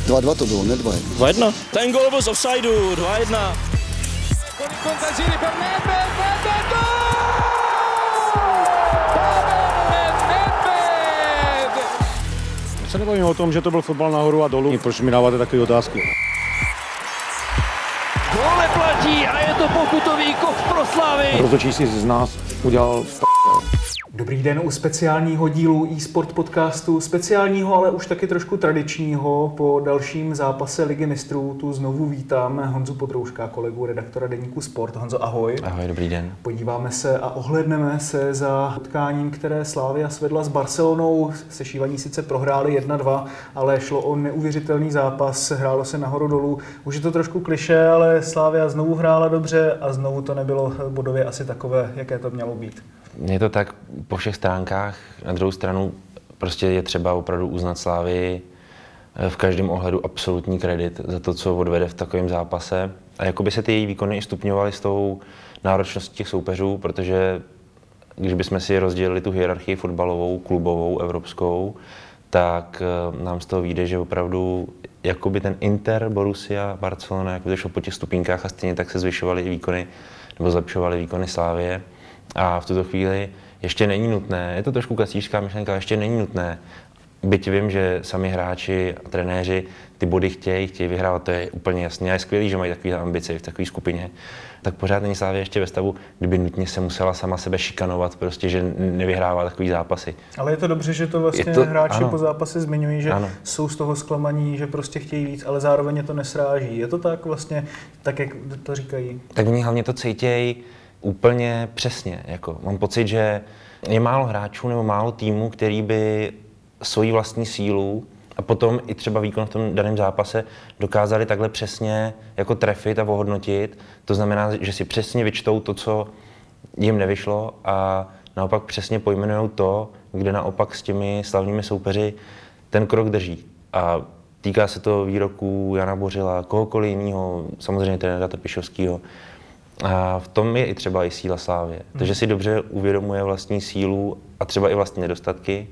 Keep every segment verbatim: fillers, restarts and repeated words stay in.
dva dva to bylo, ne dva jedna. dva jedna. Ten gol byl z offsideu, dva jedna. Se nebavím o tom, že to byl fotbal nahoru a dolů. Proč mi dáváte takové otázky? Gol neplatí a je to pokutový kov pro Slavii. Rozhodčí si z nás udělal p***. Dobrý den u speciálního dílu eSport podcastu, speciálního, ale už taky trošku tradičního. Po dalším zápase Ligy mistrů tu znovu vítám Honzu Potrouška, kolegu redaktora deníku Sport. Honzo, ahoj. Ahoj, dobrý den. Podíváme se a ohlédneme se za utkáním, které Slavia svedla s Barcelonou. Sešívaní sice prohráli jedna dva, ale šlo o neuvěřitelný zápas, hrálo se nahoru dolů. Už je to trošku klišé, ale Slavia znovu hrála dobře a znovu to nebylo bodově asi takové, jaké to mělo být. Je to tak po všech stránkách. Na druhou stranu prostě je třeba opravdu uznat Slavii v každém ohledu absolutní kredit za to, co odvede v takovém zápase. A jakoby se ty její výkony i stupňovaly s tou náročností těch soupeřů, protože když bychom si rozdělili tu hierarchii fotbalovou, klubovou, evropskou, tak nám z toho vyjde, že opravdu jakoby ten Inter, Borussia, Barcelona, jakoby to šlo po těch stupínkách a stejně tak se zvyšovaly výkony, nebo zlepšovaly výkony Slavie. A v tuto chvíli ještě není nutné, je to trošku kacířská myšlenka, ještě není nutné, byť vím, že sami hráči a trenéři ty body chtějí, chtějí vyhrávat, to je úplně jasné a je skvělý, že mají takové ambice v takové skupině, tak pořád není Slavia ještě ve stavu, kdyby nutně se musela sama sebe šikanovat, prostě, že nevyhrává takový zápasy. Ale je to dobře, že to vlastně to, hráči ano. po zápase zmiňují, že ano. jsou z toho zklamaní, že prostě chtějí víc, ale zároveň je to nesráží. Je to tak vlastně, tak jak to říkají? Tak oni hlavně to cítějí úplně přesně. Jako, mám pocit, že je málo hráčů nebo málo týmů, který by svoji vlastní sílu a potom i třeba výkon v tom daném zápase dokázali takhle přesně jako trefit a ohodnotit. To znamená, že si přesně vyčtou to, co jim nevyšlo a naopak přesně pojmenujou to, kde naopak s těmi slavnými soupeři ten krok drží. A týká se to výroků Jana Bořila, kohokoliv jiného, samozřejmě trenéra Trpišovského. A v tom je i třeba i síla Slavie, hmm. takže si dobře uvědomuje vlastní sílu a třeba i vlastní nedostatky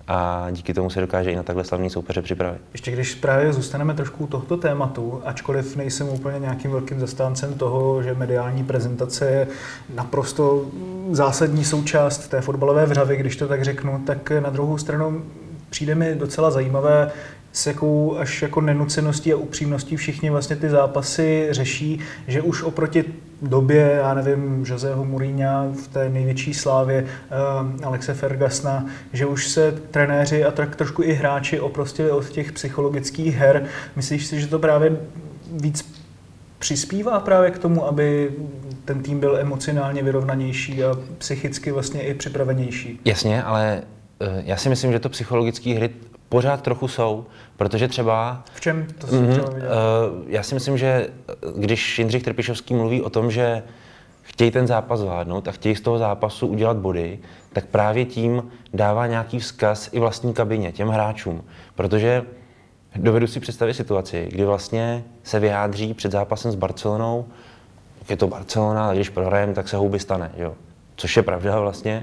a díky tomu se dokáže i na takhle slavný soupeře připravit. Ještě když právě zůstaneme trošku u tohoto tématu, ačkoliv nejsem úplně nějakým velkým zastáncem toho, že mediální prezentace je naprosto zásadní součást té fotbalové vřavy, když to tak řeknu, tak na druhou stranu přijde mi docela zajímavé, s jakou až jako nenuceností a upřímností všichni vlastně ty zápasy řeší, že už oproti době, já nevím, Joseho Mourinha v té největší slávě, uh, Alexe Fergusona, že už se trenéři a tak trošku i hráči oprostili od těch psychologických her. Myslíš si, že to právě víc přispívá právě k tomu, aby ten tým byl emocionálně vyrovnanější a psychicky vlastně i připravenější? Jasně, ale uh, já si myslím, že to psychologické hry pořád trochu jsou, protože třeba... V čem to si mm, třeba viděl? Uh, já si myslím, že když Jindřich Trpišovský mluví o tom, že chtějí ten zápas zvládnout a chtějí z toho zápasu udělat body, tak právě tím dává nějaký vzkaz i vlastní kabině, těm hráčům. Protože dovedu si představit situaci, kdy vlastně se vyjádří před zápasem s Barcelonou, je to Barcelona, a když prohrajeme, tak se houby stane, jo? Což je pravda vlastně.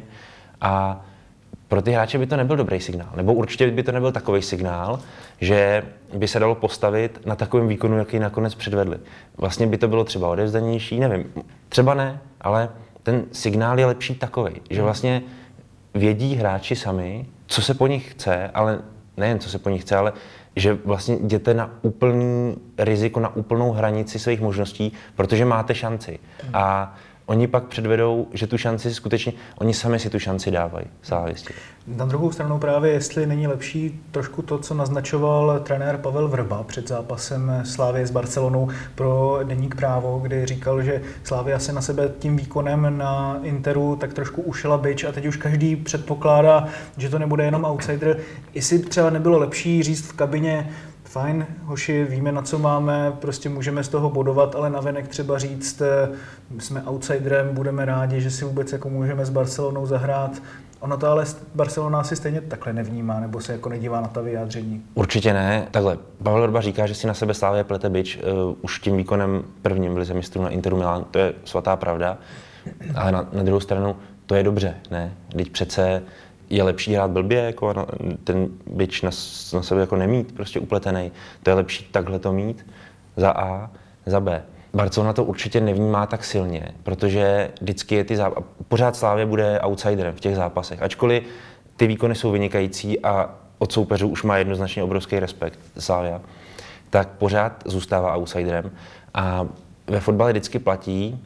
A pro ty hráče by to nebyl dobrý signál, nebo určitě by to nebyl takový signál, že by se dalo postavit na takovém výkonu, jaký nakonec předvedli. Vlastně by to bylo třeba odevzdanější, nevím, třeba ne, ale ten signál je lepší takovej, že vlastně vědí hráči sami, co se po nich chce, ale nejen co se po nich chce, ale že vlastně jděte na úplný riziko, na úplnou hranici svých možností, protože máte šanci. A oni pak předvedou, že tu šanci skutečně, oni sami si tu šanci dávají, závěstí. Na druhou stranu právě, jestli není lepší trošku to, co naznačoval trenér Pavel Vrba před zápasem Slavie s Barcelonou pro deník Právo, kdy říkal, že Slavia se na sebe tím výkonem na Interu tak trošku ušila bič a teď už každý předpokládá, že to nebude jenom outsider. Jestli třeba nebylo lepší říct v kabině, fajn, hoši, víme, na co máme, prostě můžeme z toho bodovat, ale navenek třeba říct, jsme outsiderem, budeme rádi, že si vůbec jako můžeme s Barcelonou zahrát. Ono to ale Barcelona si stejně takhle nevnímá, nebo se jako nedívá na ta vyjádření. Určitě ne. Takhle, Pavel Vrba říká, že si na sebe Slavia plete bič uh, už tím výkonem prvním v lize mistrů na Interu Milán. To je svatá pravda. Ale na, na druhou stranu to je dobře, ne? Vždyť přece je lepší hrát blbě, jako na, ten bič na, na sebe jako nemít, prostě upletený. To je lepší takhle to mít, za A, za B. Barcelona to určitě nevnímá tak silně, protože vždycky je ty zápasy, pořád Slavia bude outsiderem v těch zápasech, ačkoliv ty výkony jsou vynikající a od soupeřů už má jednoznačně obrovský respekt Slavia, tak pořád zůstává outsiderem. A ve fotbale vždycky platí,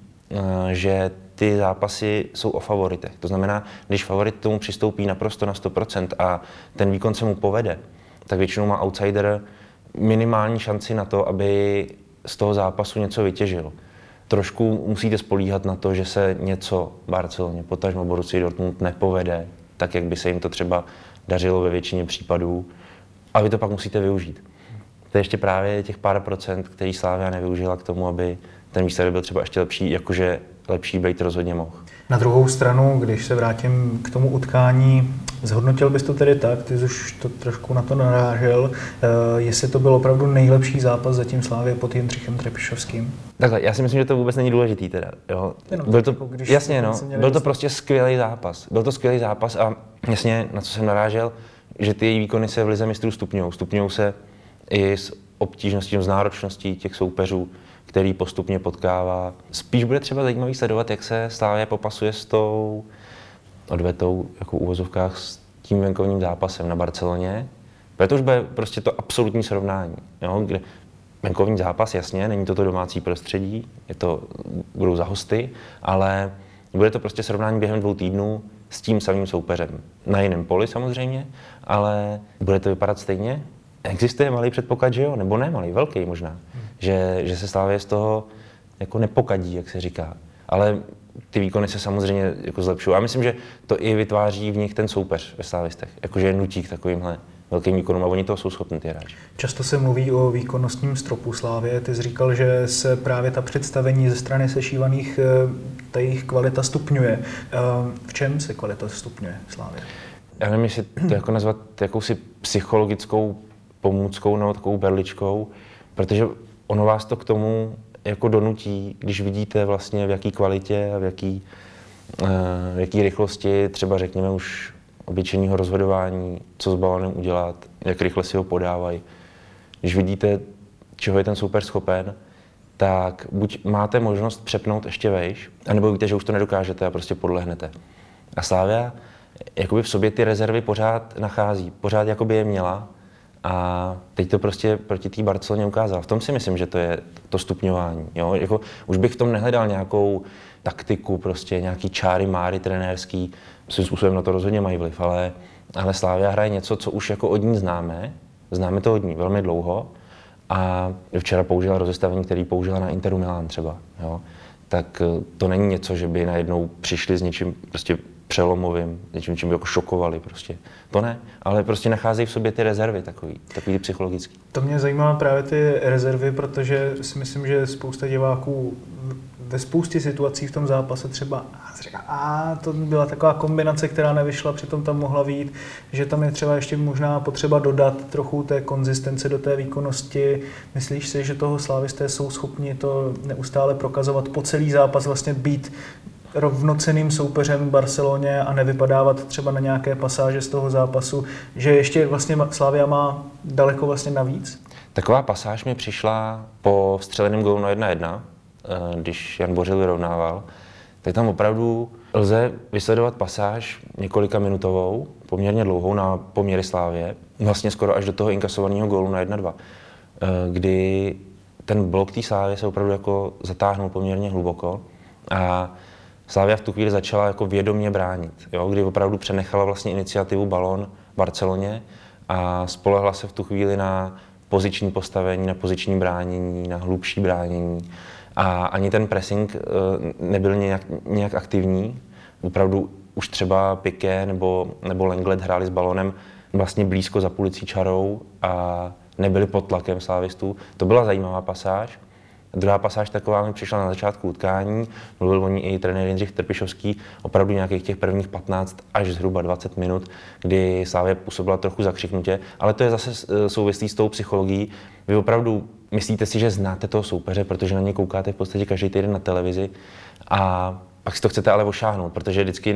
že ty zápasy jsou o favoritech. To znamená, když favorit tomu přistoupí naprosto na sto procent a ten výkon se mu povede, tak většinou má outsider minimální šanci na to, aby z toho zápasu něco vytěžil. Trošku musíte spolíhat na to, že se něco Barceloně, potažmo Borussii Dortmund nepovede, tak jak by se jim to třeba dařilo ve většině případů, a vy to pak musíte využít. To je ještě právě těch pár procent, který Slavia nevyužila k tomu, aby ten výsledek byl třeba ještě lepší, jakože lepší být rozhodně mohl. Na druhou stranu, když se vrátím k tomu utkání, zhodnotil bys to tedy tak, ty jsi už to trošku na to narážel, jestli to byl opravdu nejlepší zápas zatím Slavie pod Jindřichem Trpišovským? Takhle, já si myslím, že to vůbec není důležitý teda, jo. Byl to, jasně, no, byl to prostě skvělý zápas. Byl to skvělý zápas a jasně, na co jsem narážel, že ty její výkony se v lize mistrů stupňují. Stupňují se i s obtížností, s náročností těch soupeřů, který postupně potkává. Spíš bude třeba zajímavý sledovat, jak se Slavia popasuje s tou odvetou, jako v uvozovkách, s tím venkovním zápasem na Barceloně. Protože už bude prostě to absolutní srovnání, jo, kde venkovní zápas, jasně, není to to domácí prostředí, je to, budou za hosty, ale bude to prostě srovnání během dvou týdnů s tím samým soupeřem. Na jiném poli samozřejmě, ale bude to vypadat stejně. Existuje malý předpoklad, že jo, nebo ne malý, velký možná, hmm. že, že se Slavia z toho jako nepokadí, jak se říká. Ale ty výkony se samozřejmě jako zlepšují. A myslím, že to i vytváří v nich ten soupeř ve Slavistech, jakože je nutí k takovýmhle velkým výkonům a oni toho jsou schopni, ty hráči. Často se mluví o výkonnostním stropu Slavie. Ty jsi říkal, že se právě ta představení ze strany sešívaných, ta jejich kvalita stupňuje. V čem se kvalita stupňuje Slavie? Já nevím, jestli to jako nazvat jakousi psychologickou pomůckou nebo takovou berličkou, protože ono vás to k tomu jako donutí, když vidíte vlastně v jaký kvalitě a v jaký, v jaký rychlosti, třeba řekněme už obyčejného rozhodování, co s balonem udělat, jak rychle si ho podávají. Když vidíte, čeho je ten soupeř schopen, tak buď máte možnost přepnout ještě vejš, anebo víte, že už to nedokážete a prostě podlehnete. A Slavia jakoby v sobě ty rezervy pořád nachází, pořád jakoby je měla a teď to prostě proti té Barceloně ukázala. V tom si myslím, že to je to stupňování. Jo? Jako, už bych v tom nehledal nějakou taktiku, prostě nějaký čáry, máry trenérský, svým způsobem na to rozhodně mají vliv, ale, ale Slavia hraje něco, co už jako od ní známe, známe to od ní velmi dlouho a včera použila rozestavení, který použila na Interu Milán třeba, jo? Tak to není něco, že by najednou přišli s něčím prostě přelomovým, něčím, čím by jako šokovali prostě. To ne, ale prostě nacházejí v sobě ty rezervy takový, takový psychologický. To mě zajímá právě ty rezervy, protože si myslím, že spousta diváků ve spoustě situací v tom zápase třeba říká, a to byla taková kombinace, která nevyšla, přitom tam mohla vyjít, že tam je třeba ještě možná potřeba dodat trochu té konzistence do té výkonnosti. Myslíš si, že toho slávisté jsou schopni to neustále prokazovat po celý zápas, vlastně být rovnocenným soupeřem Barceloně a nevypadávat třeba na nějaké pasáže z toho zápasu, že ještě vlastně Slavia má daleko vlastně navíc? Taková pasáž mi přišla po vstřeleném gólu na jedna jedna, když Jan Bořil vyrovnával, tak tam opravdu lze vysledovat pasáž několika minutovou, poměrně dlouhou na poměry Slavie, vlastně skoro až do toho inkasovaného gólu na jedna dva, kdy ten blok té Slavie se opravdu jako zatáhnul poměrně hluboko a Slavia v tu chvíli začala jako vědomě bránit, jo, kdy opravdu přenechala vlastně iniciativu balón Barceloně a spolehla se v tu chvíli na poziční postavení, na poziční bránění, na hlubší bránění. A ani ten pressing nebyl nějak, nějak aktivní. Opravdu už třeba Piqué nebo, nebo Lenglet hráli s balonem vlastně blízko za půlicí čarou a nebyli pod tlakem slávistů. To byla zajímavá pasáž. Druhá pasáž taková mi přišla na začátku utkání, mluvil o ní i trenér Jindřich Trpišovský, opravdu nějakých těch prvních patnáct až zhruba dvacet minut, kdy Slavia působila trochu zakřiknutě, ale to je zase souvislý s tou psychologií. Vy opravdu myslíte si, že znáte toho soupeře, protože na ně koukáte v podstatě každý týden na televizi a pak si to chcete ale ošáhnout, protože vždycky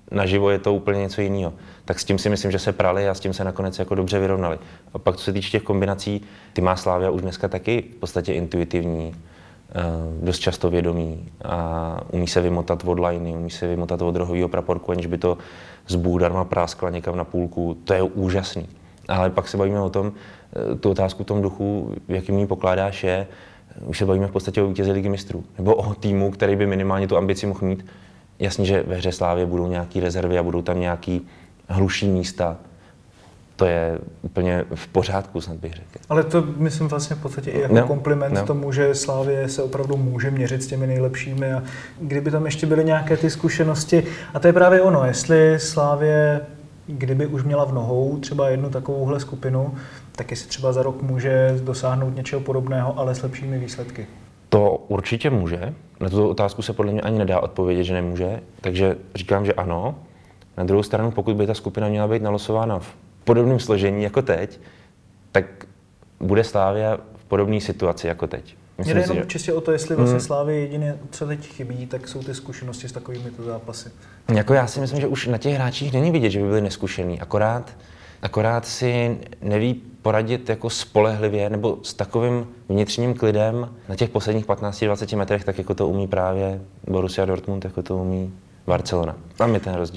naživo je to úplně něco jiného. Tak s tím si myslím, že se prali a s tím se nakonec jako dobře vyrovnali. A pak, co se týče těch kombinací, ty má Slavia už dneska taky v podstatě intuitivní, dost často vědomí a umí se vymotat od liney, umí se vymotat od rohového praporku, aniž by to z Bůh darma práskla někam na půlku. To je úžasný. Ale pak se bavíme o tom, tu otázku v tom duchu, v jakým jí pokládáš, je, už se bavíme v podstatě o vítězi Ligy mistrů, nebo o týmu, který by minimálně tu ambici mohl mít. Jasně, že ve hře Slávie budou nějaký rezervy a budou tam nějaký hluší místa. To je úplně v pořádku, snad bych řekl. Ale to myslím vlastně v podstatě i jako no, kompliment no. tomu, že Slavie se opravdu může měřit s těmi nejlepšími a kdyby tam ještě byly nějaké ty zkušenosti. A to je právě ono, jestli Slavie, kdyby už měla v nohou třeba jednu takovouhle skupinu, tak jestli třeba za rok může dosáhnout něčeho podobného, ale s lepšími výsledky. To určitě může. Na tuto otázku se podle mě ani nedá odpovědět, že nemůže. Takže říkám, že ano. Na druhou stranu, pokud by ta skupina měla být nalosována v podobném složení jako teď, tak bude Slavia v podobné situaci jako teď. Myslím, Jde jenom že... čistě o to, jestli vlastně Slavii jedině, co teď chybí, tak jsou ty zkušenosti s takovými to zápasy. Jako já si myslím, že už na těch hráčích není vidět, že by byli neskušení. Akorát, akorát si neví poradit jako spolehlivě nebo s takovým vnitřním klidem na těch posledních patnáct až dvacet metrech, tak jako to umí právě Borussia Dortmund, jako to umí Barcelona. Tam je ten rozdíl.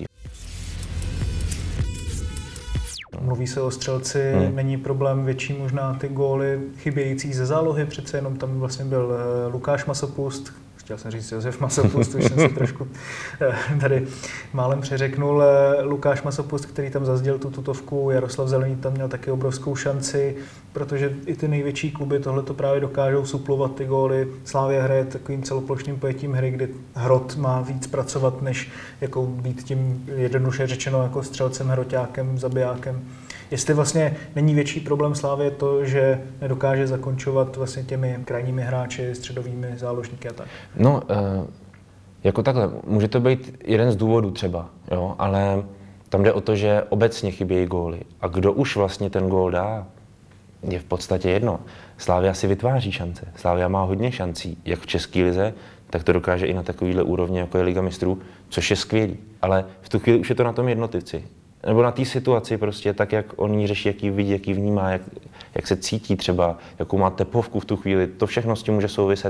Mluví se o střelci, hmm. není problém větší možná ty góly chybějící ze zálohy, přece jenom tam vlastně byl Lukáš Masopust, chtěl jsem říct Josef Masopust, už jsem si trošku tady málem přeřeknul. Lukáš Masopust, který tam zazděl tu tutovku, Jaroslav Zelený tam měl taky obrovskou šanci, protože i ty největší kluby tohleto právě dokážou suplovat ty góly. Slavia hraje takovým celoplošným pojetím hry, kdy hrot má víc pracovat, než jako být tím jednoduše řečeno jako střelcem, hroťákem, zabijákem. Jestli vlastně není větší problém Slavie to, že nedokáže zakončovat vlastně těmi krajními hráči, středovými záložníky a tak? No, jako takhle, může to být jeden z důvodů třeba, jo, ale tam jde o to, že obecně chybějí góly. A kdo už vlastně ten gól dá, je v podstatě jedno. Slavia si vytváří šance. Slavia má hodně šancí, jak v české lize, tak to dokáže i na takovýhle úrovni, jako je Liga mistrů, což je skvělý. Ale v tu chvíli už je to na tom jednotlivci. Nebo na té situaci prostě, tak jak on ji řeší, jak ji vidí, jak ji vnímá, jak, jak se cítí třeba, jakou má tepovku v tu chvíli, to všechno s tím může souviset.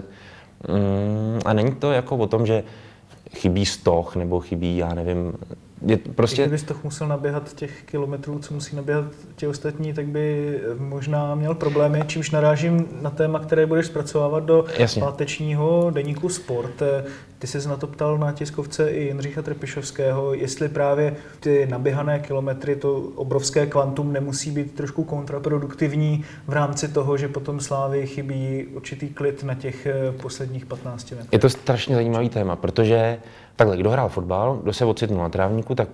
Mm, a není to jako o tom, že chybí stoch, nebo chybí, já nevím, je prostě... Kdyby stoch musel naběhat těch kilometrů, co musí naběhat ti ostatní, tak by možná měl problémy, čímž narážím na téma, které budeš zpracovávat do Jasně. pátečního deníku Sport. Ty jsi na to ptal na tiskovce i Jindřicha Trpišovského, jestli právě ty naběhané kilometry, to obrovské kvantum nemusí být trošku kontraproduktivní v rámci toho, že potom Slávii chybí určitý klid na těch posledních patnácti metrech. Je to strašně zajímavý téma, protože takhle, kdo hrál fotbal, kdo se ocitnul na trávníku, tak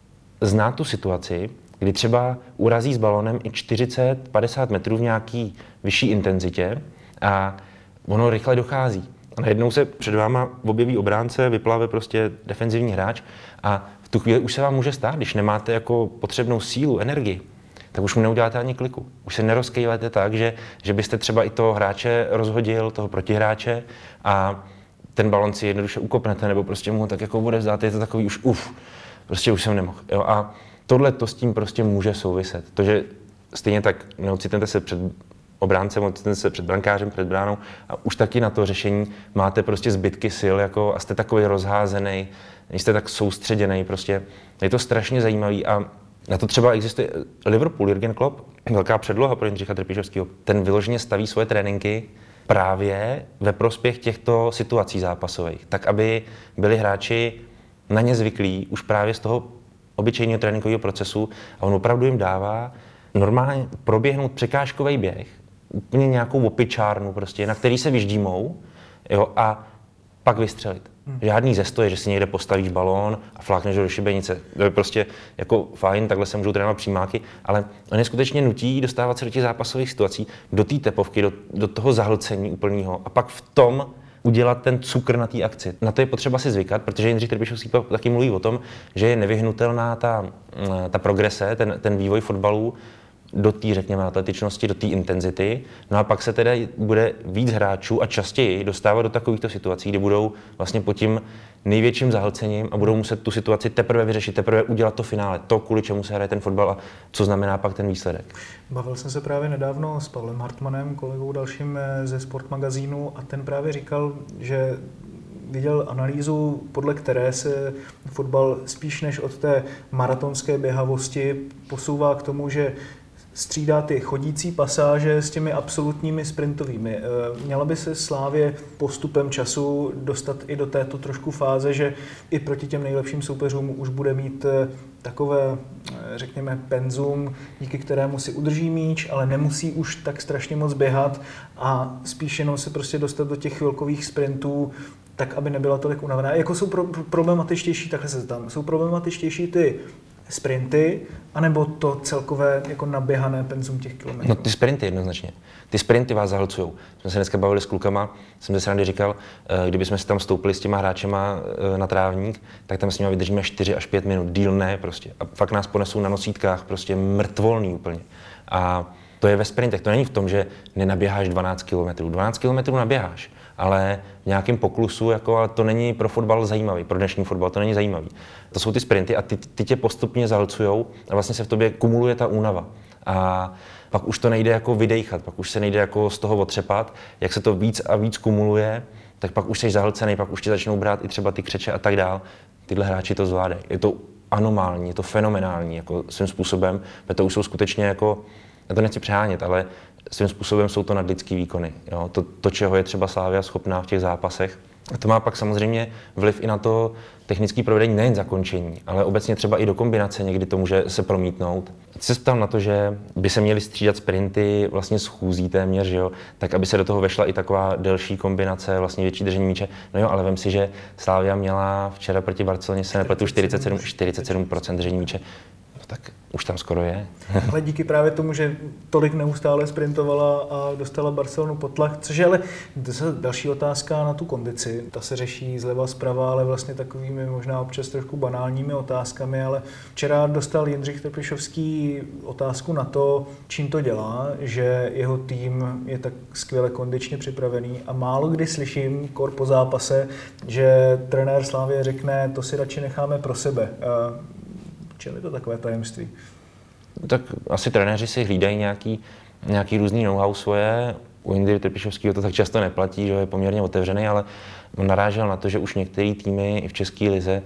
zná tu situaci, kdy třeba urazí s balonem i čtyřicet padesát metrů v nějaký vyšší intenzitě a ono rychle dochází. A najednou se před váma objeví obránce, vyplave prostě defenzivní hráč a v tu chvíli už se vám může stát, když nemáte jako potřebnou sílu, energii, tak už mu neuděláte ani kliku. Už se nerozkejlete tak, že, že byste třeba i toho hráče rozhodil, toho protihráče a ten balon si jednoduše ukopnete nebo prostě mu ho tak jako odevzdáte, je to takový už uf, prostě už jsem nemohl. Jo? A tohle to s tím prostě může souviset. To, že stejně tak neocitnete se před obráncem, ocitnete se před brankářem, před bránou a už taky na to řešení máte prostě zbytky sil jako, a jste takový rozházený, jste tak soustředěný, prostě je to strašně zajímavý a na to třeba existuje Liverpool, Jürgen Klopp, velká předloha pro Jindřicha Trpišovského. Ten vyloženě staví svoje tréninky právě ve prospěch těchto situací zápasových, tak aby byli hráči na ně zvyklí už právě z toho obyčejného tréninkového procesu a on opravdu jim dává normálně proběhnout překážkový běh, úplně nějakou opičárnu prostě, na který se vyždímou, jo, a pak vystřelit. Hmm. Žádný zestoje, že si někde postavíš balón a flákneš do šibenice. To je prostě jako fajn, takhle se můžou trénovat přímáky, ale on je skutečně nutí dostávat se do těch zápasových situací, do té tepovky, do, do toho zahlcení úplného a pak v tom udělat ten cukr na té akci. Na to je potřeba si zvykat, protože Jindřich Trpišovský taky mluví o tom, že je nevyhnutelná ta, ta progrese, ten, ten vývoj fotbalu do té, řekněme, atletičnosti, do té intenzity. No a pak se teda bude víc hráčů a častěji dostávat do takovýchto situací, kdy budou vlastně pod tím největším zahlcením a budou muset tu situaci teprve vyřešit, teprve udělat to finále, to, kvůli čemu se hraje ten fotbal a co znamená pak ten výsledek. Bavil jsem se právě nedávno s Pavlem Hartmanem, kolegou dalším ze Sport magazínu, a ten právě říkal, že viděl analýzu, podle které se fotbal spíš než od té maratonské běhavosti posouvá k tomu, že střídá ty chodící pasáže s těmi absolutními sprintovými. Měla by se Slavie postupem času dostat i do této trošku fáze, že i proti těm nejlepším soupeřům už bude mít takové, řekněme, penzum, díky kterému si udrží míč, ale nemusí už tak strašně moc běhat a spíš jenom se prostě dostat do těch chvilkových sprintů, tak aby nebyla tolik unavená. Jako jsou pro, problematičtější, takhle se tam, jsou problematičtější ty sprinty, anebo to celkové jako naběhané penzum těch kilometrů? No ty sprinty jednoznačně. Ty sprinty vás zahlcujou. Jsme se dneska bavili s klukama, jsem se srandy říkal, kdybychom si tam stoupili s těma hráčema na trávník, tak tam s nimi vydržíme čtyři až pět minut, díl ne prostě. A fakt nás ponesou na nosítkách, prostě mrtvolný úplně. A to je ve sprintech, to není v tom, že nenaběháš dvanáct kilometrů. dvanáct kilometrů naběháš, ale v nějakém poklusu, jako, ale to není pro fotbal zajímavý, pro dnešní fotbal to není zajímavý. To jsou ty sprinty a ty, ty tě postupně zahlcujou a vlastně se v tobě kumuluje ta únava. A pak už to nejde jako vydejchat, pak už se nejde jako z toho otřepat, jak se to víc a víc kumuluje, tak pak už jsi zahlcený, pak už ti začnou brát i třeba ty křeče a tak dál. Tyhle hráči to zvládají. Je to anomální, je to fenomenální jako svým způsobem, protože to už jsou skutečně jako, já to nechci přehánět, ale svým způsobem jsou to nadlidský výkony. Jo? To, to, čeho je třeba Slavia schopná v těch zápasech. A to má pak samozřejmě vliv i na to technické provedení, nejen zakončení, ale obecně třeba i do kombinace někdy to může se promítnout. Ty se ptal na to, že by se měly střídat sprinty vlastně s chůzí téměř, že jo? Tak aby se do toho vešla i taková delší kombinace, vlastně větší držení míče. No jo, ale vem si, že Slavia měla včera proti Barceloně se nepletu čtyřicet sedm, čtyřicet sedm procent držení míče. Tak už tam skoro je. Ale díky právě tomu, že tolik neustále sprintovala a dostala Barcelonu pod tlak, což je ale další otázka na tu kondici. Ta se řeší zleva zprava, ale vlastně takovými možná občas trošku banálními otázkami, ale včera dostal Jindřich Trpišovský otázku na to, čím to dělá, že jeho tým je tak skvěle kondičně připravený a málo kdy slyším, kor po zápase, že trenér Slavie řekne, to si radši necháme pro sebe. Čím je to takové tajemství? Tak asi trenéři si hlídají nějaký, nějaký různý know-how svoje. U Jindry Trpišovského to tak často neplatí, že je poměrně otevřený, ale on narážel na to, že už některé týmy i v české lize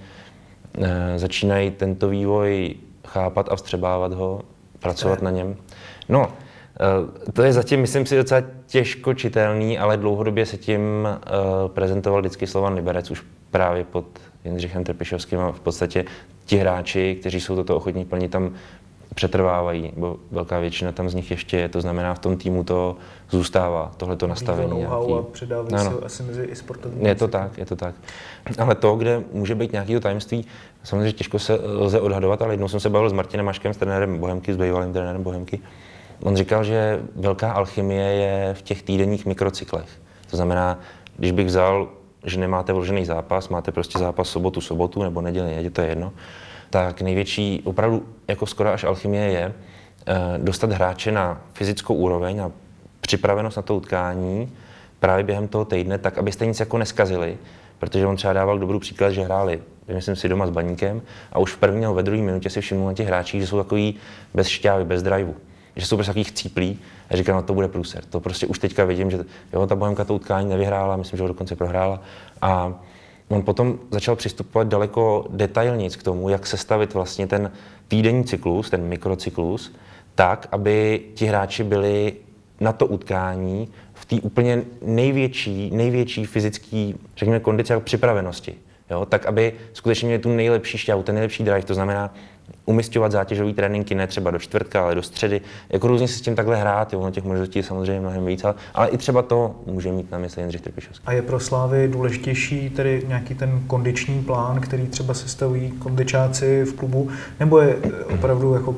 e, začínají tento vývoj chápat a vstřebávat ho, pracovat na něm. No, e, to je zatím, myslím si, docela těžko čitelný, ale dlouhodobě se tím e, prezentoval vždycky Slovan Liberec už právě pod Jindřichem Trpišovským a v podstatě ti hráči, kteří jsou toto ochotní plnit, tam přetrvávají, bo velká většina tam z nich ještě je, to znamená v tom týmu to zůstává, tohleto nastavení. Nějaký... a předávají no, no. se asi mezi i sportovní. Je to tak, je to tak. Ale to, kde může být nějaké tajemství, samozřejmě těžko se lze odhadovat, ale jednou jsem se bavil s Martinem Maškem, s trenérem Bohemky, s bývalým trenérem Bohemky. On říkal, že velká alchymie je v těch týdenních mikrocyklech. To znamená, když bych vzal, že nemáte vložený zápas, máte prostě zápas sobotu, sobotu nebo neděli, neděli, to je jedno, tak největší, opravdu jako skoro až alchymie je eh, dostat hráče na fyzickou úroveň a připravenost na to utkání právě během toho týdne, tak abyste nic jako neskazili, protože on třeba dával dobrý příklad, že hráli, myslím si, doma s Baníkem a už v první nebo ve druhé minutě si všiml na těch hráčích, že jsou takový bez šťávy, bez driveu, že jsou prostě takový chcíplí a říkal, no to bude průser. To prostě už teďka vidím, že jo, ta Bohemka to utkání nevyhrála, myslím, že ho dokonce prohrála a on potom začal přistupovat daleko detailnějc k tomu, jak sestavit vlastně ten týdenní cyklus, ten mikrocyklus, tak, aby ti hráči byli na to utkání v té úplně největší, největší fyzické, řekněme, kondici a připravenosti. Jo? Tak, aby skutečně měli tu nejlepší šťávu, ten nejlepší drive, to znamená umisťovat zátěžové tréninky ne třeba do čtvrtka, ale do středy. Jako různě si s tím takhle hrát, jo, ono těch možností je samozřejmě mnohem víc, ale, ale i třeba to může mít na mysli Jindřich Trpišovský. A je pro Slávy důležitější tedy nějaký ten kondiční plán, který třeba sestavují kondičáci v klubu, nebo je opravdu jako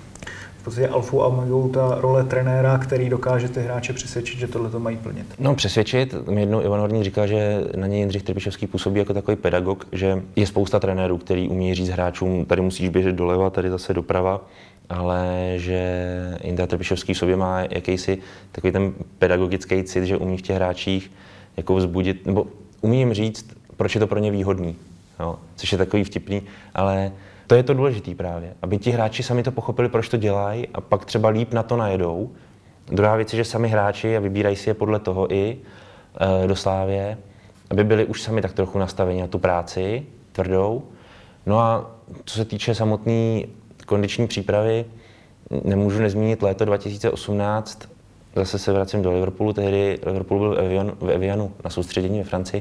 v podstatě alfou a omegou ta role trenéra, který dokáže ty hráče přesvědčit, že tohle to mají plnit? No přesvědčit, mi jednou Ivan Horník říká, že na něj Jindřich Trpišovský působí jako takový pedagog, že je spousta trenérů, který umí říct hráčům, tady musíš běžet doleva, tady zase doprava, ale že Jindra Trpišovský v sobě má jakýsi takový ten pedagogický cit, že umí v těch hráčích jako vzbudit, nebo umí jim říct, proč je to pro ně výhodný, jo? Což je takový vtipný, ale to je to důležitý právě, aby ti hráči sami to pochopili, proč to dělají a pak třeba líp na to najedou. Druhá věc je, že sami hráči a vybírají si je podle toho i e, do Slávie, aby byli už sami tak trochu nastaveni na tu práci tvrdou. No a co se týče samotné kondiční přípravy, nemůžu nezmínit léto dva tisíce osmnáct, zase se vracím do Liverpoolu, tehdy Liverpool byl v Evianu, v Evianu na soustředění ve Francii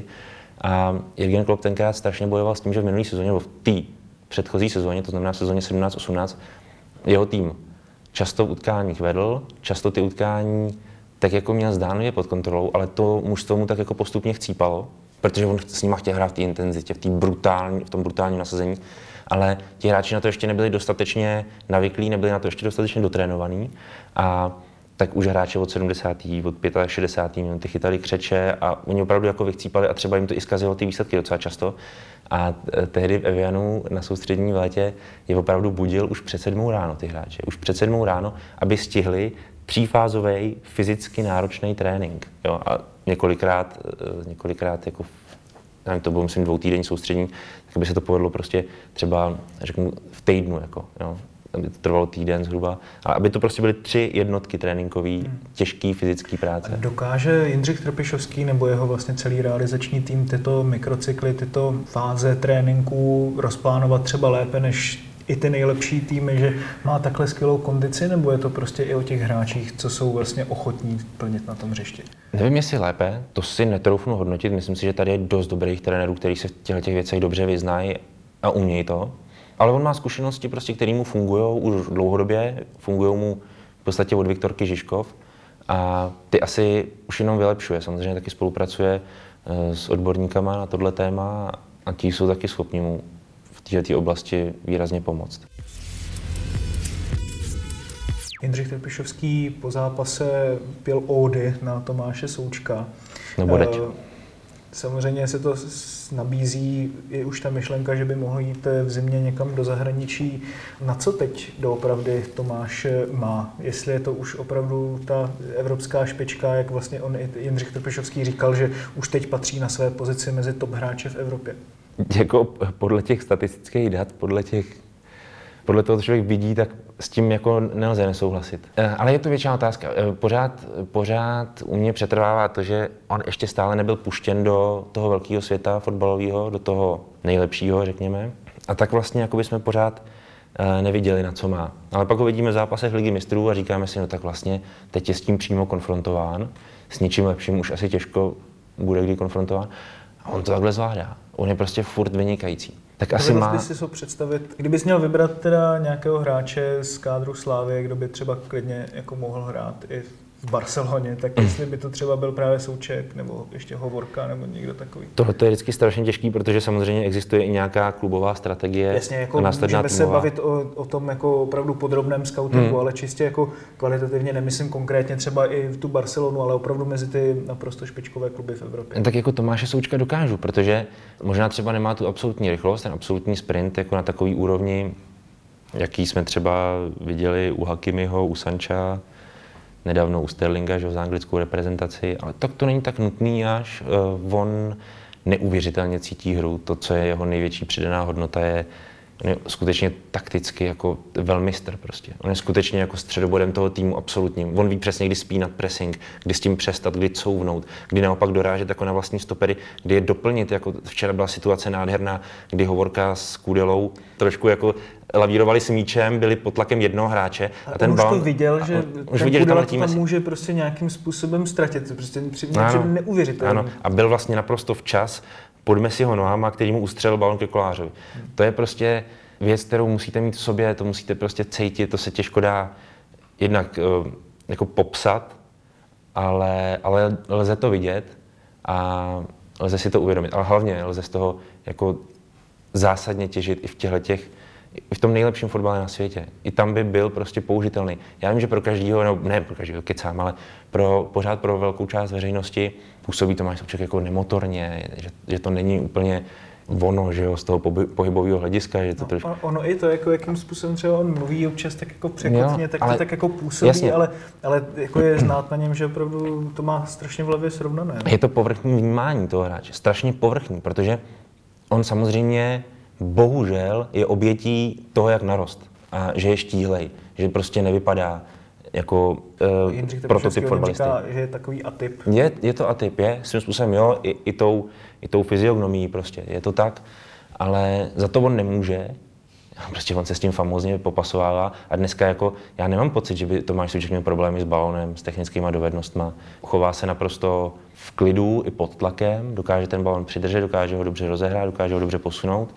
a Jürgen Klopp tenkrát strašně bojoval s tím, že v minulé sezóně, nebo v té předchozí sezóně, to znamená v sezóně sedmnáct osmnáct, jeho tým často v utkáních vedl, často ty utkání tak jako měl zdánlivě pod kontrolou, ale to mužstvo mu tak jako postupně chcípalo, protože on s nima chtěl hrát v té intenzitě, v, té brutální, v tom brutálním nasazení, ale ti hráči na to ještě nebyli dostatečně navyklí, nebyli na to ještě dostatečně dotrénovaní a tak už hráči od sedmdesátého od šedesátého pátého minuty chytali křeče a oni opravdu jako vychcípali a třeba jim to i zkazilo ty výsledky docela často. A tehdy v Evianu na soustřední v létě je opravdu budil už před sedmou ráno ty hráče. Už před sedmou ráno, aby stihli třífázový fyzicky náročný trénink. Jo? A několikrát, několikrát jako nevím, to bylo myslím dvoutýdenní soustřední, tak by se to povedlo prostě třeba řeknu v týdnu. Jako, jo? Aby to trvalo týden zhruba, ale aby to prostě byly tři jednotky tréninkový, hmm. těžký fyzický práce. A dokáže Jindřich Trpišovský nebo jeho vlastně celý realizační tým tyto mikrocykly, tyto fáze tréninků rozplánovat třeba lépe než i ty nejlepší týmy, že má takhle skvělou kondici, nebo je to prostě i o těch hráčích, co jsou vlastně ochotní plnit na tom hřišti? Nevím, jestli lépe, to si netroufnu hodnotit, myslím si, že tady je dost dobrých trenérů, kteří se v těchto věcech dobře vyznají a umějí to. Ale on má zkušenosti, prostě, které mu fungují už dlouhodobě, fungují mu v podstatě od Viktorky Žižkov a ty asi už jenom vylepšuje. Samozřejmě taky spolupracuje s odborníkama na tohle téma a ti jsou taky schopni mu v této oblasti výrazně pomoct. Jindřich Trpišovský po zápase pěl ódy na Tomáše Součka. Nebo deť. Samozřejmě se to nabízí i už ta myšlenka, že by mohl jít v zimě někam do zahraničí. Na co teď doopravdy Tomáš má? Jestli je to už opravdu ta evropská špička, jak vlastně on Jindřich Trpišovský říkal, že už teď patří na své pozici mezi top hráče v Evropě. Jako podle těch statistických dat, podle těch podle toho, co člověk vidí, tak s tím jako nelze nesouhlasit. Ale je to většiná otázka. Pořád, pořád u mě přetrvává to, že on ještě stále nebyl puštěn do toho velkého světa fotbalového, do toho nejlepšího, řekněme. A tak vlastně jako bychom pořád neviděli, na co má. Ale pak ho vidíme v zápasech Ligy mistrů a říkáme si, no tak vlastně teď je s tím přímo konfrontován. S ničím lepším už asi těžko bude kdy konfrontován. A on to takhle zvládá. On je prostě furt vynikající. Tak asi má... Dovedl si to představit, kdybys měl vybrat teda nějakého hráče z kádru Slávie, kdo by třeba klidně jako mohl hrát i v Barceloně, tak jestli by to třeba byl právě Souček, nebo ještě Hovorka, nebo někdo takový. Tohle je vždycky strašně těžký, protože samozřejmě existuje i nějaká klubová strategie. Jasně, jako a následná můžeme týmová. se bavit o, o tom jako opravdu podrobném scoutingu, hmm. ale čistě jako kvalitativně nemyslím konkrétně třeba i v tu Barcelonu, ale opravdu mezi ty naprosto špičkové kluby v Evropě. Tak jako Tomáše Součka dokážu, protože možná třeba nemá tu absolutní rychlost, ten absolutní sprint jako na takový úrovni, jaký jsme třeba viděli u Hakimiho, u Sancha, nedávno u Sterlinga, že za anglickou reprezentaci, ale tak to není tak nutný až. Uh, on neuvěřitelně cítí hru. To, co je jeho největší přidaná hodnota, je, on je skutečně takticky jako velmistr prostě. On je skutečně jako středobodem toho týmu absolutním. On ví přesně, kdy spínat pressing, kdy s tím přestat, kdy couvnout, kdy naopak dorážet jako na vlastní stopery, kdy je doplnit. Jako včera byla situace nádherná, kdy Hovorka s Kůdelou trošku jako lavírovali s míčem, byli pod tlakem jednoho hráče. A, a ten balon, už to viděl, že už ten viděl, Kůdela že tam, tam si... může prostě nějakým způsobem ztratit. Prostě ano, neuvěřitelný. Ano, a byl vlastně naprosto včas pod Messiho nohama, který mu ustřelil balon ke kolářovi. Hmm. To je prostě věc, kterou musíte mít v sobě, to musíte prostě cítit, to se těžko dá jednak uh, jako popsat, ale, ale lze to vidět a lze si to uvědomit. Ale hlavně lze z toho jako zásadně těžit i v těchto těch, i v tom nejlepším fotbale na světě. I tam by byl prostě použitelný. Já vím, že pro každýho, no ne pro každýho, kecám, ale pro, pořád pro velkou část veřejnosti působí Tomáš Souček jako nemotorně, že, že to není úplně ono, že jo, z toho pohybového hlediska, že to no, trošku... Ono i to, jako jakým způsobem třeba on mluví občas tak jako překotně, jo, tak to tak jako působí, jasně. ale, ale jako je znát na něm, že opravdu to má strašně v hlavě srovnané. No? Je to povrchní vnímání toho hráče, strašně povrchní, protože on samozřejmě bohužel je obětí toho, jak narost a že je štíhlej, že prostě nevypadá jako uh, prototyp fotbalisty. Říká, že je takový atyp. Je, je to atyp, je, svým způsobem jo, i, i, tou, i tou fyziognomií prostě, je to tak, ale za to on nemůže, prostě on se s tím famózně popasovává a dneska jako, já nemám pocit, že by Tomáš Souček měl problémy s balonem, s technickýma dovednostma, chová se naprosto v klidu i pod tlakem, dokáže ten balon přidržet, dokáže ho dobře rozehrát, dokáže ho dobře posunout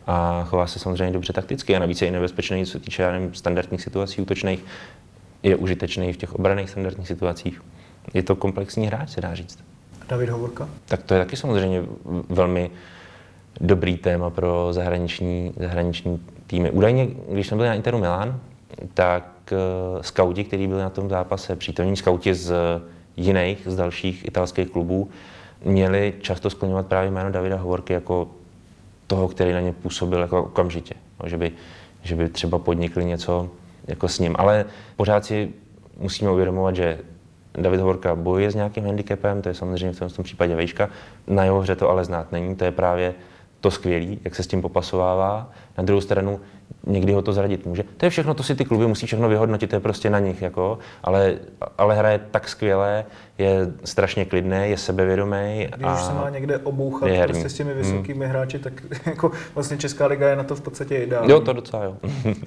a chová se samozřejmě dobře takticky a navíc je i nebezpečný, co se týče, já nevím, standardních situací útočných, je užitečný v těch obranných standardních situacích. Je to komplexní hráč, se dá říct. David Hovorka? Tak to je taky samozřejmě velmi dobrý téma pro zahraniční, zahraniční týmy. Údajně, když jsme byli na Interu Milán, tak uh, skauti, kteří byli na tom zápase, přítomní skauti z jiných, z dalších italských klubů, měli často skloňovat právě jméno Davida Hovorky jako toho, který na ně působil jako okamžitě. No, že, by, že by třeba podnikli něco jako s ním. Ale pořád si musíme uvědomovat, že David Hovorka bojuje s nějakým handicapem, to je samozřejmě v tom, v tom případě vejška. Na jeho hře to ale znát není, to je právě to skvělý, jak se s tím popasovává. Na druhou stranu někdy ho to zradit může. To je všechno, to si ty kluby musí všechno vyhodnotit, to je prostě na nich, jako, ale, ale hraje tak skvěle, je strašně klidný, je sebevědomý. Když a už se má někde obouchat prostě s těmi vysokými hmm. hráči, tak jako vlastně Česká liga je na to v podstatě ideální. Jo, to docela jo.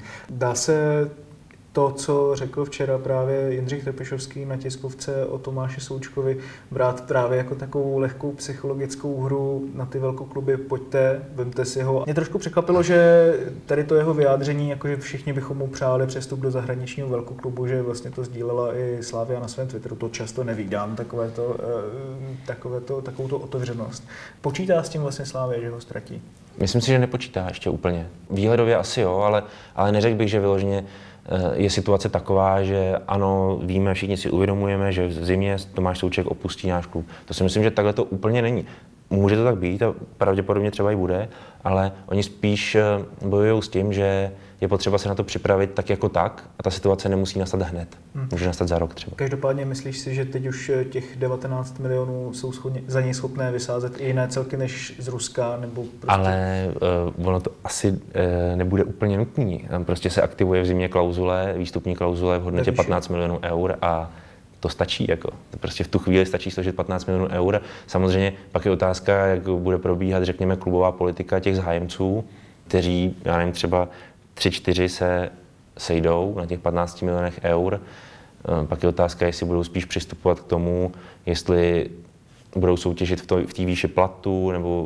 Dá se to, co řekl včera právě Jindřich Trpišovský na tiskovce o Tomáši Součkovi, brát právě jako takovou lehkou psychologickou hru na ty velkokluby, pojďte, vemte si ho. Mě trošku překvapilo, že tady to jeho vyjádření, jakože všichni bychom mu přáli přestup do zahraničního velkoklubu, že vlastně to sdílela i Slavia na svém Twitteru, to často nevídám, takové to, takové to, takovou to otevřenost. Počítá s tím vlastně Slavia, že ho ztratí? Myslím si, že nepočítá ještě úplně. Výhledově asi jo, ale, ale neřekl bych, že vyloženě je situace taková, že ano, víme, všichni si uvědomujeme, že v zimě Tomáš Souček opustí náš klub. To si myslím, že takhle to úplně není. Může to tak být a pravděpodobně třeba i bude, ale oni spíš bojují s tím, že je potřeba se na to připravit tak jako tak a ta situace nemusí nastat hned. Hmm. Může nastat za rok třeba. Každopádně myslíš si, že teď už těch devatenáct milionů jsou schodně, za něj schopné vysázet i jiné celky než z Ruska? Nebo prostě... Ale uh, ono to asi uh, nebude úplně nutný. Tam prostě se aktivuje v zimě klauzule, výstupní klauzule v hodnotě patnáct milionů eur a to stačí, jako. To prostě v tu chvíli stačí složit patnáct milionů eur. Samozřejmě pak je otázka, jak bude probíhat, řekněme, klubová politika těch zájemců, kteří, já nevím, třeba tři, čtyři se sejdou na těch patnácti milionech eur. Pak je otázka, jestli budou spíš přistupovat k tomu, jestli budou soutěžit v, to, v té výši platu nebo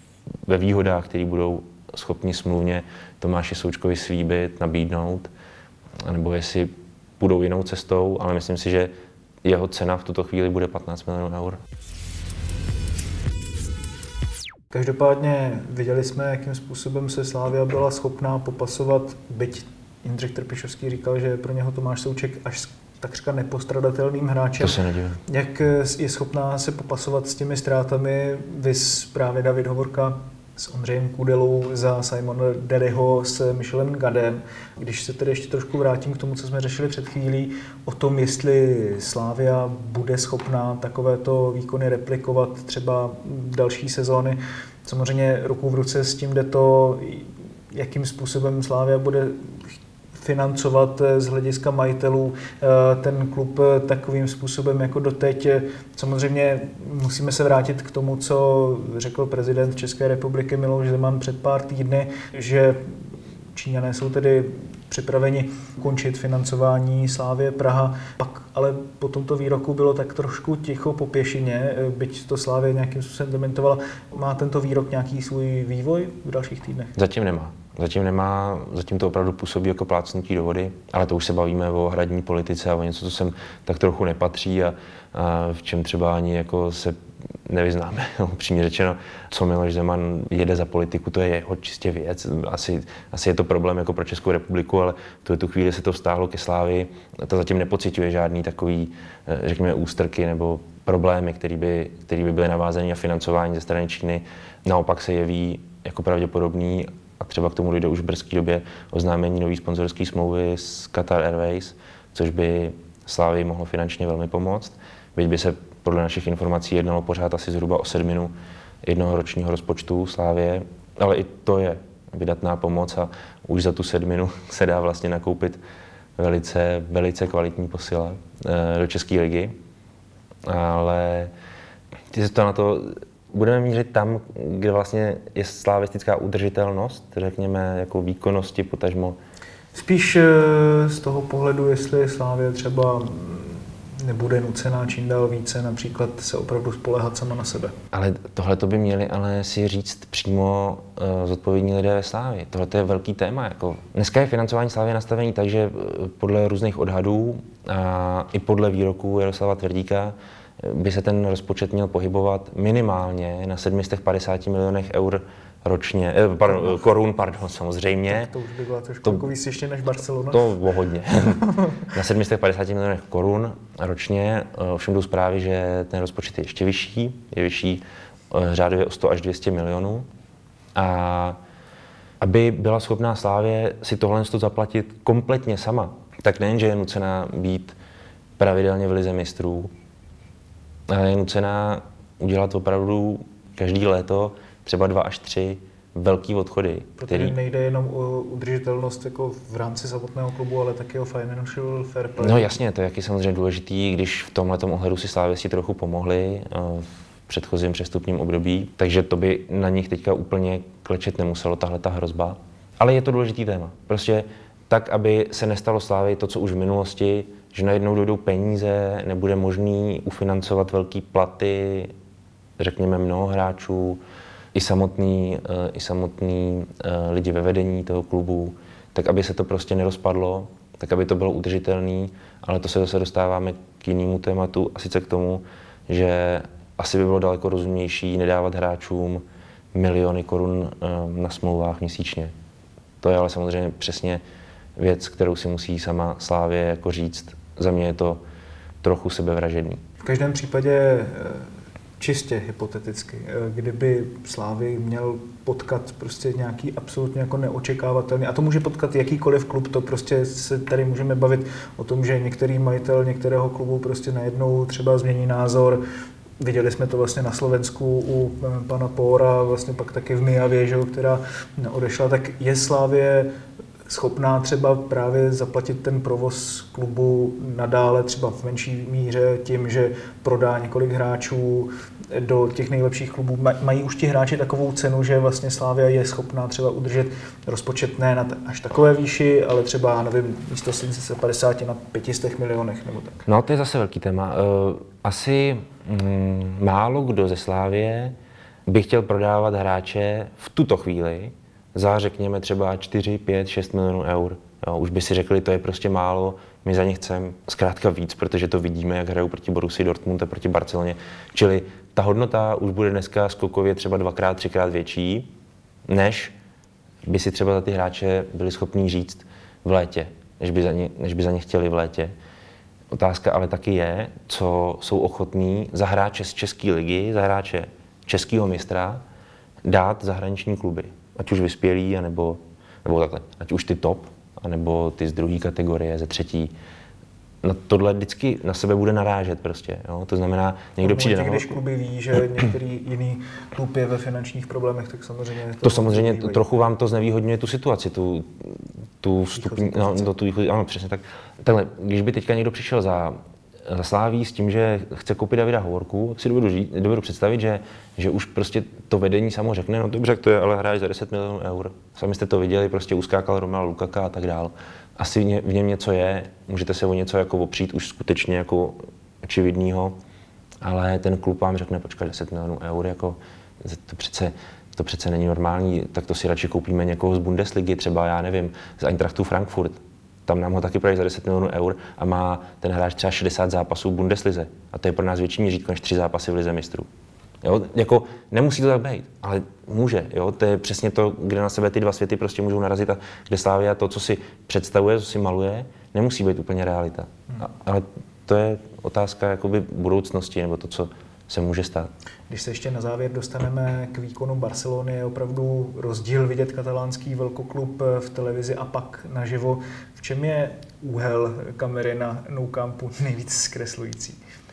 ve výhodách, které budou schopni smluvně Tomáši Součkovi slíbit, nabídnout, nebo jestli půjdou jinou cestou, ale myslím si, že jeho cena v tuto chvíli bude patnáct milionů eur. Každopádně viděli jsme, jakým způsobem se Slavia byla schopná popasovat, byť Jindřich Trpišovský říkal, že je pro něho Tomáš Souček až takřka nepostradatelným hráčem. To se nedivím. Jak je schopná se popasovat s těmi ztrátami, viz právě David Hovorka s Ondřejem Kudelou za Simona Deriho s Michelem Gadem. Když se tedy ještě trošku vrátím k tomu, co jsme řešili před chvílí, o tom, jestli Slavia bude schopná takovéto výkony replikovat třeba další sezóny. Samozřejmě ruku v ruce s tím jde to, jakým způsobem Slavia bude financovat z hlediska majitelů ten klub takovým způsobem jako doteď. Samozřejmě musíme se vrátit k tomu, co řekl prezident České republiky Miloš Zeman před pár týdny, že Číňané jsou tedy připraveni končit financování Slavie Praha. Pak ale po tomto výroku bylo tak trošku ticho po pěšině, byť to Slavie nějakým způsobem dementovala. Má tento výrok nějaký svůj vývoj v dalších týdnech? Zatím nemá. Zatím nemá, zatím to opravdu působí jako plácnutí do vody, ale to už se bavíme o hradní politice a o něco, co sem tak trochu nepatří a, a v čem třeba ani jako se nevyznáme. Upřímně řečeno, co Miloš Zeman jede za politiku, to je jeho čistě věc. Asi, asi je to problém jako pro Českou republiku, ale v tu chvíli se to vztáhlo ke Slávii. To zatím nepociťuje žádný takový, řekněme, ústrky nebo problémy, které by, který by byly navázané na financování ze strany Číny. Naopak se jeví jako pravděpodobný, a třeba k tomu dojde už v brzké době, oznámení nový sponzorské smlouvy s Qatar Airways, což by Slavii mohlo finančně velmi pomoct. Byť by se podle našich informací jednalo pořád asi zhruba o sedminu jednoho ročního rozpočtu Slavie, ale i to je vydatná pomoc a už za tu sedminu se dá vlastně nakoupit velice, velice kvalitní posila do České ligy. Ale ty se to na to budeme mířit tam, kde vlastně je slavistická udržitelnost, řekněme, jako výkonnosti, potažmo. Spíš z toho pohledu, jestli Slavia třeba nebude nucená čím dál více například se opravdu spoléhat sama na sebe. Ale tohle to by měli ale si říct přímo uh, zodpovědní lidé ve Slavii. Tohle je velký téma. Jako. Dneska je financování Slavie nastavení tak, že podle různých odhadů a i podle výroků Jaroslava Tvrdíka by se ten rozpočet měl pohybovat minimálně na sedm set padesát milionech eur ročně, eh, pardon, korun, pardon, samozřejmě. Tak to už by byla trošku to, víc ještě než Barcelona. To o hodně. Na sedm set padesát milionech korun ročně, ovšem jdou zprávy, že ten rozpočet je ještě vyšší, je vyšší řádově o sto až dvě stě milionů. A aby byla schopná Slavie si tohle zaplatit kompletně sama, tak nejenže je nucená být pravidelně v lize mistrů, ale je nucená udělat opravdu každý léto třeba dva až tři velký odchody. Protože který... nejde jenom o udržitelnost jako v rámci samotného klubu, ale také o financial fair play. No jasně, to je jaký samozřejmě důležitý, když v tomhletom ohledu si Slavisti trochu pomohli v předchozím přestupním období, takže to by na nich teďka úplně klečet nemuselo, tahle ta hrozba. Ale je to důležitý téma. Prostě tak, aby se nestalo Slavii to, co už v minulosti, že najednou dojdou peníze, nebude možný ufinancovat velký platy, řekněme mnoho hráčů, i samotný, i samotný lidi ve vedení toho klubu, tak aby se to prostě nerozpadlo, tak aby to bylo udržitelné, ale to se zase dostáváme k jinému tématu, a sice k tomu, že asi by bylo daleko rozumnější nedávat hráčům miliony korun na smlouvách měsíčně. To je ale samozřejmě přesně věc, kterou si musí sama Slavie jako říct. Za mě je to trochu sebevražedný. V každém případě čistě hypoteticky, kdyby Slavii měl potkat prostě nějaký absolutně jako neočekávatelný, a to může potkat jakýkoliv klub, to prostě se tady můžeme bavit o tom, že některý majitel některého klubu prostě najednou třeba změní názor. Viděli jsme to vlastně na Slovensku u pana Póra, vlastně pak taky v Mijavě, že, která odešla, tak je Slavie schopná třeba právě zaplatit ten provoz klubu nadále třeba v menší míře tím, že prodá několik hráčů do těch nejlepších klubů. Mají už ti hráči takovou cenu, že vlastně Slavia je schopná třeba udržet rozpočet ne na až takové výši, ale třeba, nevím, místo sedm set padesát na pět set milionech nebo tak. No, to je zase velký téma. Asi mm, málo kdo ze Slavie by chtěl prodávat hráče v tuto chvíli za, řekněme, třeba čtyři, pět, šest milionů eur. Jo, už by si řekli, to je prostě málo, my za ně chceme zkrátka víc, protože to vidíme, jak hrajou proti Borussii Dortmund a proti Barceloně. Čili ta hodnota už bude dneska skokově třeba dvakrát, třikrát větší, než by si třeba za ty hráče byli schopní říct v létě, než by za ně, než by za ně chtěli v létě. Otázka ale taky je, co jsou ochotní za hráče z České ligy, za hráče českého mistra dát zahraniční kluby. Ať už vyspělí, anebo, nebo takhle, ať už ty top, anebo ty z druhé kategorie, ze třetí. Na tohle vždycky na sebe bude narážet prostě, jo? To znamená, někdo no, přijde na... Když kluby ví, že některý jiný klub je ve finančních problémech, tak samozřejmě... To, to samozřejmě to, trochu vám to znevýhodňuje tu situaci, tu, tu vstupní... No, do tu, ano, přesně tak. Takhle, když by teďka někdo přišel za, za Slaví s tím, že chce koupit Davida Hovorku, tak si dovedu, žít, dovedu představit, že, že už prostě to vedení samo řekne, no dobře, to je, ale hráč za deset milionů eur. Sami jste to viděli, prostě uskákal Romelu Lukáka a tak dál. Asi v něm něco je, můžete se o něco jako opřít už skutečně jako očividného, ale ten klub vám řekne, počkat, deset milionů eur, jako to přece, to přece není normální, tak to si radši koupíme někoho z Bundesligy, třeba já nevím, z Eintrachtu Frankfurt. Tam nám ho taky prodají za deset milionů eur a má ten hráč třeba šedesát zápasů v Bundeslize. A to je pro nás větší měřítko než tři zápasy v lize mistrů. Jo, jako nemusí to tak být, ale může. Jo? To je přesně to, kde na sebe ty dva světy prostě můžou narazit a kde Slavia to, co si představuje, co si maluje, nemusí být úplně realita. A, ale to je otázka jakoby budoucnosti, nebo to, co se může stát. Když se ještě na závěr dostaneme k výkonu Barcelony, je opravdu rozdíl vidět katalánský velkoklub v televizi a pak naživo. V čem je úhel kamery na Nou Campu nejvíc zkreslující?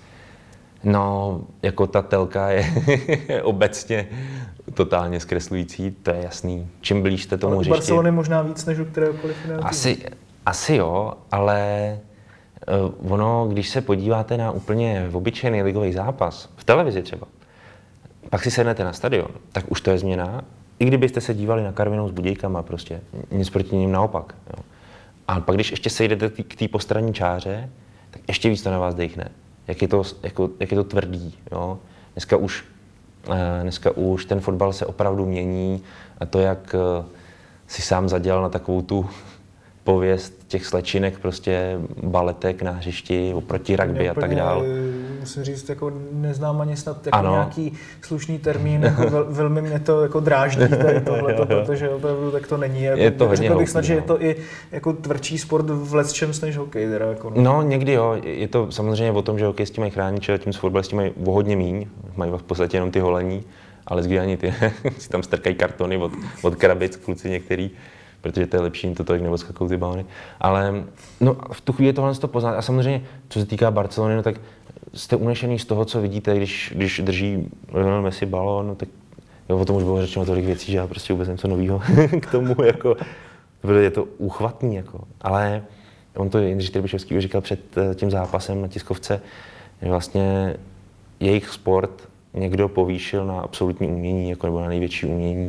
No, jako ta telka je obecně totálně zkreslující, to je jasný. Čím blíž jste tomu ale hřišti... Barcelony možná víc než u kteréhokoliv jiného asi, asi jo, ale uh, ono, když se podíváte na úplně obyčejný ligový zápas, v televizi třeba, pak si sednete na stadion, tak už to je změna. I kdybyste se dívali na Karvinou s Budějkama, prostě nic proti ním, naopak. Jo. A pak, když ještě sejdete k té postranní čáře, tak ještě víc to na vás dejchne. Jak je to, jako, jak je to tvrdý. Jo. Dneska, už, dneska už ten fotbal se opravdu mění a to, jak si sám zadělal na takovou tu pověst těch slečínek, prostě baletek na hřišti oproti rugby a tak dál. Musím říct, jako neznám ani snad jako ano. nějaký slušný termín, jako vel, velmi mě to jako dráždí tady tohleto, protože opravdu tak to není. Jako, je to hodně řekl bych hloupý, snad, že je no. to i jako tvrdší sport v lecčems než hokej. Teda, jako, no. no někdy jo, je to samozřejmě o tom, že hokejisti mají chránit, že tím s fotbalisti mají o hodně míň, mají v podstatě jenom ty holení, ale zkdy ani ty si tam strkají kartony od, od krabic kluci některý, protože to je lepší, jim to tolik neodskakují ty balony. Ale no, v tu chvíli tohle to poznat. A samozřejmě, co se týká Barcelony, no, tak jste unešený z toho, co vidíte, když, když drží Lionel Messi balón, no, tak jo, o tom už bylo řečeno tolik věcí, že já prostě vůbec něco nového k tomu, jako, je to úchvatný, jako. Ale on to Jindřich Trpišovský už říkal před tím zápasem na tiskovce, že vlastně jejich sport někdo povýšil na absolutní umění, jako, nebo na největší umění.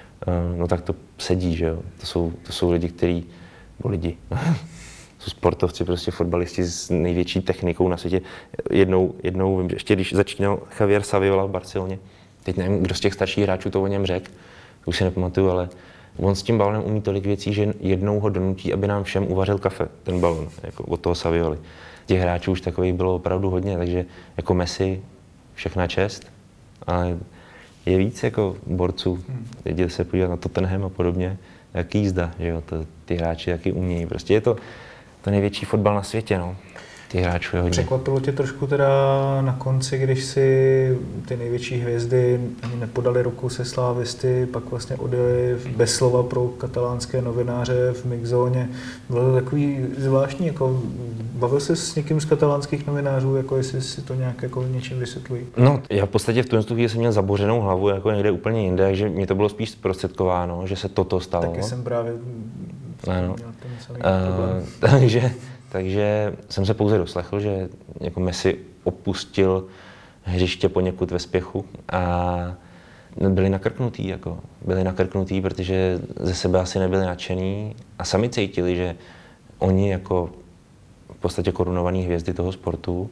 No tak to sedí, že jo. To jsou, to jsou lidi, kteří, nebo lidi, jsou sportovci, prostě fotbalisti s největší technikou na světě. Jednou, jednou vím, že ještě když začínal Javier Saviola v Barceloně, teď nevím, kdo z těch starších hráčů to o něm řekl, už si nepamatuju, ale on s tím balonem umí tolik věcí, že jednou ho donutí, aby nám všem uvařil kafe, ten balon, jako od toho Savioli. Těch hráčů už takových bylo opravdu hodně, takže jako Messi, všechna čest, ale je víc jako borců, jděte se podívat na Tottenham a podobně, jak jízda, že jo, to, ty hráči taky umějí, prostě je to, to největší fotbal na světě, no. Ty hráčů je hodně. Překvapilo tě trošku teda na konci, když si ty největší hvězdy ani nepodali ruku se slávisty, pak vlastně odjeli bez slova pro katalánské novináře v mixzóně. Bylo to takový zvláštní, jako bavil jsi s někým z katalánských novinářů, jako jestli si to nějak jako něčím vysvětlují? No, já v podstatě v tuhle chvíli jsem měl zabořenou hlavu jako někde úplně jinde, takže mě to bylo spíš zprostředkováno, že se toto stalo. Taky jsem právě ano. měl ten samý uh, takže, takže jsem se pouze doslechl, že jako Messi opustil hřiště poněkud ve spěchu a byli nakrknutí, jako byli nakrknutí, protože ze sebe asi nebyli nadšení a sami cítili, že oni jako v podstatě korunovaný hvězdy toho sportu,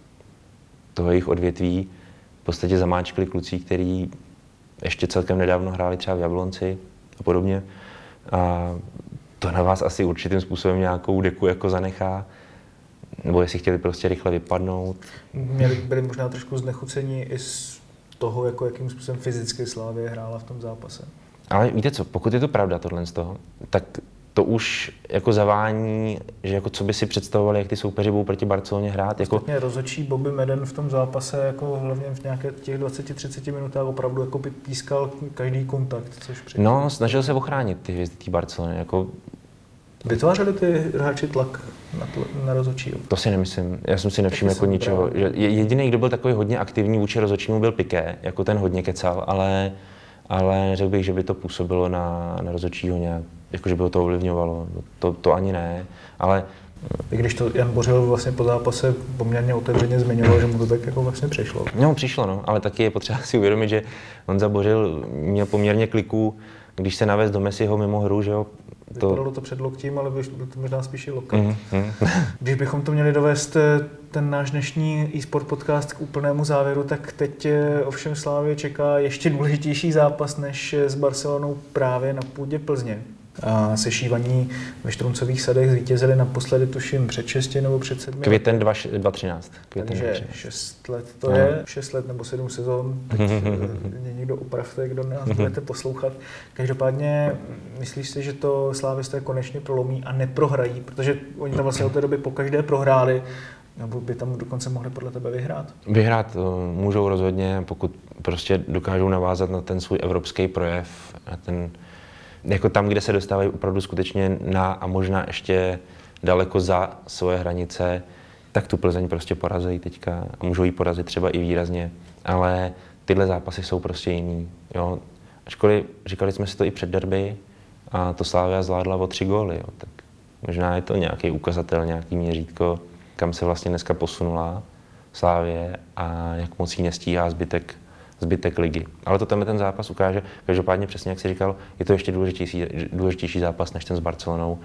toho jejich odvětví, v podstatě zamáčkli kluci, který ještě celkem nedávno hráli třeba v Jablonci a podobně. A to na vás asi určitým způsobem nějakou deku jako zanechá, nebo jestli chtěli prostě rychle vypadnout. Měli, byli možná trošku znechucení i z toho, jako jakým způsobem fyzicky Slavie hrála v tom zápase. Ale víte co, pokud je to pravda tohle z toho, tak to už jako zavání, že jako co by si představovali, jak ty soupeři budou proti Barceloně hrát. Jako... Ostatně rozhodčí Bobby Madden v tom zápase, jako hlavně v nějaké těch dvacet třicet minutách opravdu jako by pískal každý kontakt, což předtím. No, snažil se ochránit ty hvězdy té Barcelony. Jako... Vytvářeli ty hráči tlak na, tl- na rozhodčího? To si nemyslím. Já jsem si nevšiml jako ničeho. Že jediný, kdo byl takový hodně aktivní vůči rozhodčímu, byl Piqué, jako ten hodně kecal, ale, ale neřekl bych, že by to působilo na, na rozhodčího nějak, jako že by ho to ovlivňovalo. To, to ani ne, ale... I když to Jan Bořil vlastně po zápase poměrně otevřeně zmiňoval, že mu to tak jako vlastně přišlo. No, přišlo, no, ale taky je potřeba si uvědomit, že Honza Bořil měl poměrně kliků, když se navést do Messiho mimo hru, že jo. To... Vypadalo to před loktím, ale byl to možná spíš i lokat. Mm-hmm. Když bychom to měli dovést ten náš dnešní e-sport podcast k úplnému závěru, tak teď ovšem Slavii čeká ještě důležitější zápas než s Barcelonou právě na půdě Plzně. A sešívaní ve Štruncových sadech zvítězili naposledy, tuším, před šesti nebo před sedmi. Květen dva tisíce třináct. Takže šest let to no. je, šest let nebo sedm sezon. Teď mě někdo opravte, kdo nás budete poslouchat. Každopádně myslíš si, že to slávisté konečně prolomí a neprohrají, protože oni tam vlastně od té doby po každé prohráli Nebo by tam dokonce mohli podle tebe vyhrát? Vyhrát můžou rozhodně, pokud prostě dokážou navázat na ten svůj evropský projev, na ten, jako tam, kde se dostávají opravdu skutečně na a možná ještě daleko za svoje hranice, tak tu Plzeň prostě porazí teďka a můžou ji porazit třeba i výrazně, ale tyhle zápasy jsou prostě jiný, jo. Ačkoliv říkali jsme si to i před derby a to Slavia zvládla o tři góly, jo, tak možná je to nějaký ukazatel, nějaký měřítko, kam se vlastně dneska posunula Slavie a jak moc jí nestíhá zbytek, zbytek ligy. Ale to tenhle ten zápas ukáže, každopádně přesně jak jsi říkal, je to ještě důležitější, důležitější zápas než ten s Barcelonou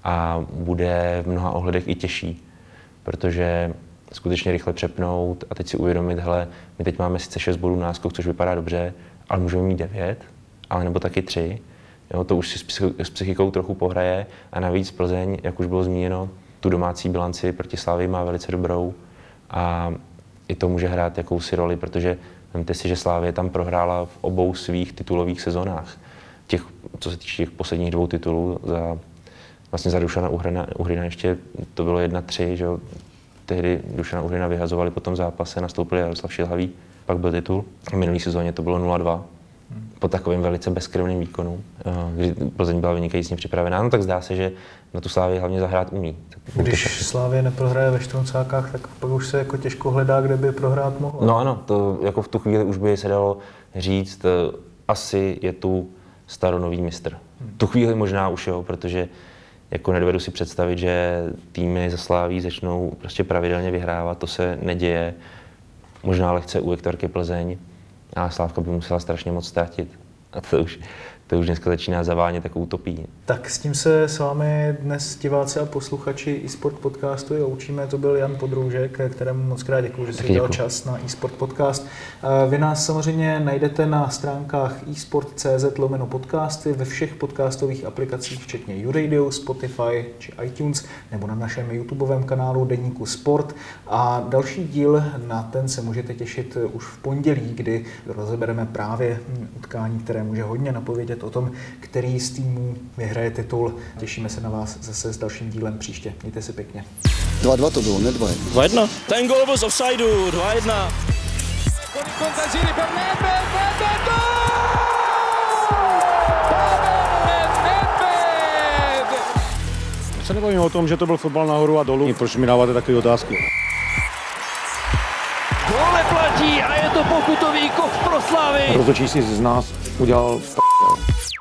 a bude v mnoha ohledech i těžší, protože skutečně rychle přepnout a teď si uvědomit, hele, my teď máme sice šest bodů náskok, což vypadá dobře, ale můžeme mít devět, ale nebo taky tři. Jo, to už si s psychikou trochu pohraje a navíc Plzeň, jak už bylo zmíněno, tu domácí bilanci proti Slavii má velice dobrou a i to může hrát jakousi roli, protože vemte si, že Slavie tam prohrála v obou svých titulových sezónách. Těch, co se týče těch posledních dvou titulů, za, vlastně za Dušana Uhryna, Uhryna ještě to bylo jedna tři, že jo. Tehdy Dušana Uhryna vyhazovali po tom zápase, nastoupili Jaroslav Šilhavý, pak byl titul. V minulý sezóně to bylo nula dva. Po takovým velice bezkrvným výkonu, kdy Plzeň byla vynikajícně připravená, no tak zdá se, že na tu Slávii hlavně zahrát umí. Když Slávie neprohraje ve Štruncákách, tak pak už se jako těžko hledá, kde by prohrát mohla. No ano, to jako v tu chvíli už by se dalo říct, asi je tu staronový mistr. V tu chvíli možná už jo, protože jako nedovedu si představit, že týmy ze Sláví začnou prostě pravidelně vyhrávat, to se neděje. Možná lehce u Viktorky Plzeň. A Slávka by musela strašně moc ztratit. A to už, to už dneska začíná zavánět takovou utopí. Tak s tím se s vámi dnes diváci a posluchači eSport podcastu loučíme. To byl Jan Podroužek, kterému moc krát děkuji, že jste dal čas na eSport podcast. Vy nás samozřejmě najdete na stránkách esport.cz lomeno podcasty ve všech podcastových aplikacích, včetně YouRadio, Spotify či iTunes, nebo na našem YouTubeovém kanálu Deníku Sport. A další díl, na ten se můžete těšit už v pondělí, kdy rozebereme právě utkání, které může hodně napovědět o tom, který z týmů vyhraje titul. Těšíme se na vás zase s dalším dílem příště. Mějte se pěkně. dva dva to bylo, ne dva jedna. dva jedna. Ten gol byl z offsideu, dva jedna. Já se nebavím o tom, že to byl fotbal nahoru a dolů. Proč mi dáváte takové otázky? Gól neplatí a je to pokutový kov pro Slavii. Rozhodčí si z nás udělal